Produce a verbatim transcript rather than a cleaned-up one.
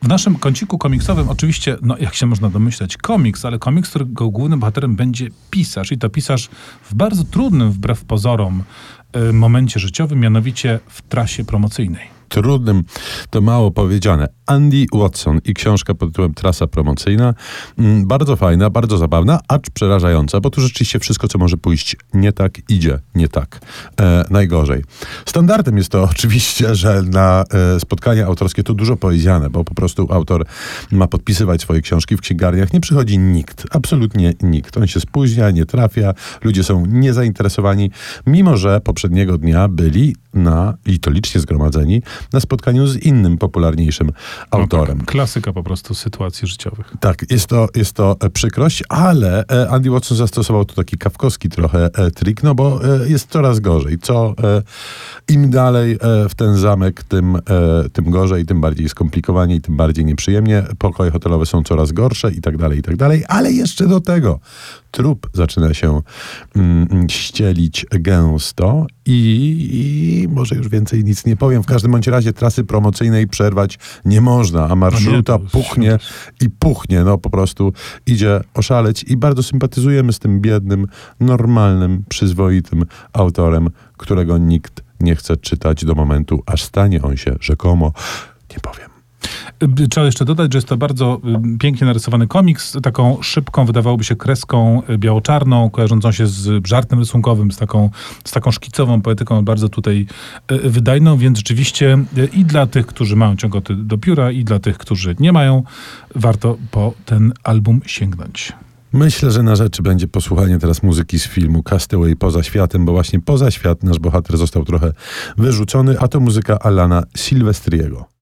W naszym kąciku komiksowym oczywiście, no jak się można domyśleć, komiks, ale komiks, którego głównym bohaterem będzie pisarz. I to pisarz w bardzo trudnym, wbrew pozorom, y, momencie życiowym, mianowicie w trasie promocyjnej. Trudnym to mało powiedziane. Andy Watson i książka pod tytułem Trasa promocyjna. Mm, bardzo fajna, bardzo zabawna, acz przerażająca, bo tu rzeczywiście wszystko, co może pójść nie tak, idzie nie tak. E, najgorzej. Standardem jest to oczywiście, że na e, spotkania autorskie to dużo powiedziane, bo po prostu autor ma podpisywać swoje książki w księgarniach. Nie przychodzi nikt, absolutnie nikt. On się spóźnia, nie trafia, ludzie są niezainteresowani, mimo że poprzedniego dnia byli na, i to licznie zgromadzeni, na spotkaniu z innym popularniejszym autorem. No tak, klasyka po prostu sytuacji życiowych. Tak, jest to, jest to e, przykrość, ale e, Andy Watson zastosował tu taki kafkowski trochę e, trik, no bo e, jest coraz gorzej. Co e, im dalej e, w ten zamek, tym, e, tym gorzej, tym bardziej skomplikowanie i tym bardziej nieprzyjemnie. Pokoje hotelowe są coraz gorsze i tak dalej, i tak dalej, ale jeszcze do tego trup zaczyna się mm, ścielić gęsto i, i może już więcej nic nie powiem. W każdym bądź razie trasy promocyjnej przerwać nie można, a marszruta puchnie i puchnie. No po prostu idzie oszaleć i bardzo sympatyzujemy z tym biednym, normalnym, przyzwoitym autorem, którego nikt nie chce czytać do momentu, aż stanie on się rzekomo, nie powiem. Trzeba jeszcze dodać, że jest to bardzo pięknie narysowany komiks, taką szybką, wydawałoby się, kreską biało-czarną, kojarzącą się z żartem rysunkowym, z taką, z taką szkicową poetyką, bardzo tutaj wydajną, więc rzeczywiście i dla tych, którzy mają ciągoty do pióra, i dla tych, którzy nie mają, warto po ten album sięgnąć. Myślę, że na rzeczy będzie posłuchanie teraz muzyki z filmu Castaway Poza światem, bo właśnie poza świat nasz bohater został trochę wyrzucony, a to muzyka Alana Silvestriego.